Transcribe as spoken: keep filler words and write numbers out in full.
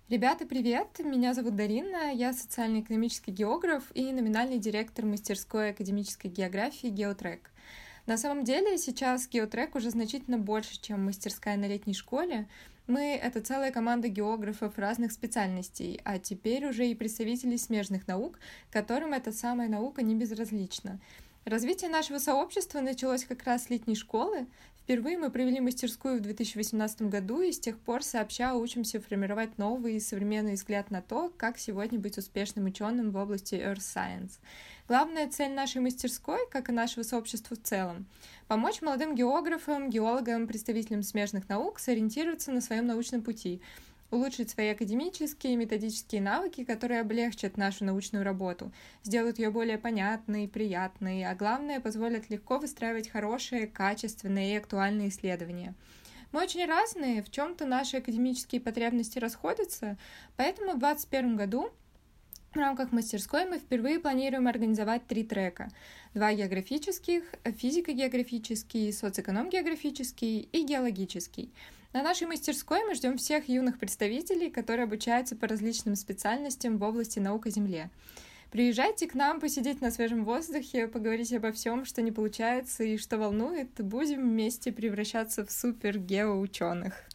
Ребята, привет! Меня зовут Дарина, я социально-экономический географ и номинальный директор мастерской академической географии «Геотрек». На самом деле сейчас «Геотрек» уже значительно больше, чем мастерская на летней школе. Мы — это целая команда географов разных специальностей, а теперь уже и представителей смежных наук, которым эта самая наука не безразлична. Развитие нашего сообщества началось как раз с летней школы. Впервые мы провели мастерскую в две тысячи восемнадцатом году и с тех пор сообща учимся формировать новый и современный взгляд на то, как сегодня быть успешным ученым в области Earth Science. Главная цель нашей мастерской, как и нашего сообщества в целом, помочь молодым географам, геологам, представителям смежных наук сориентироваться на своем научном пути, улучшить свои академические и методические навыки, которые облегчат нашу научную работу, сделают ее более понятной, приятной, а главное, позволят легко выстраивать хорошие, качественные и актуальные исследования. Мы очень разные, в чем-то наши академические потребности расходятся, поэтому в две тысячи двадцать первом году в рамках мастерской мы впервые планируем организовать три трека. Два географических, физико-географический, социоэконом-географический и геологический. На нашей мастерской мы ждем всех юных представителей, которые обучаются по различным специальностям в области наук о Земле. Приезжайте к нам посидеть на свежем воздухе, поговорить обо всем, что не получается и что волнует. Будем вместе превращаться в супер-геоученых.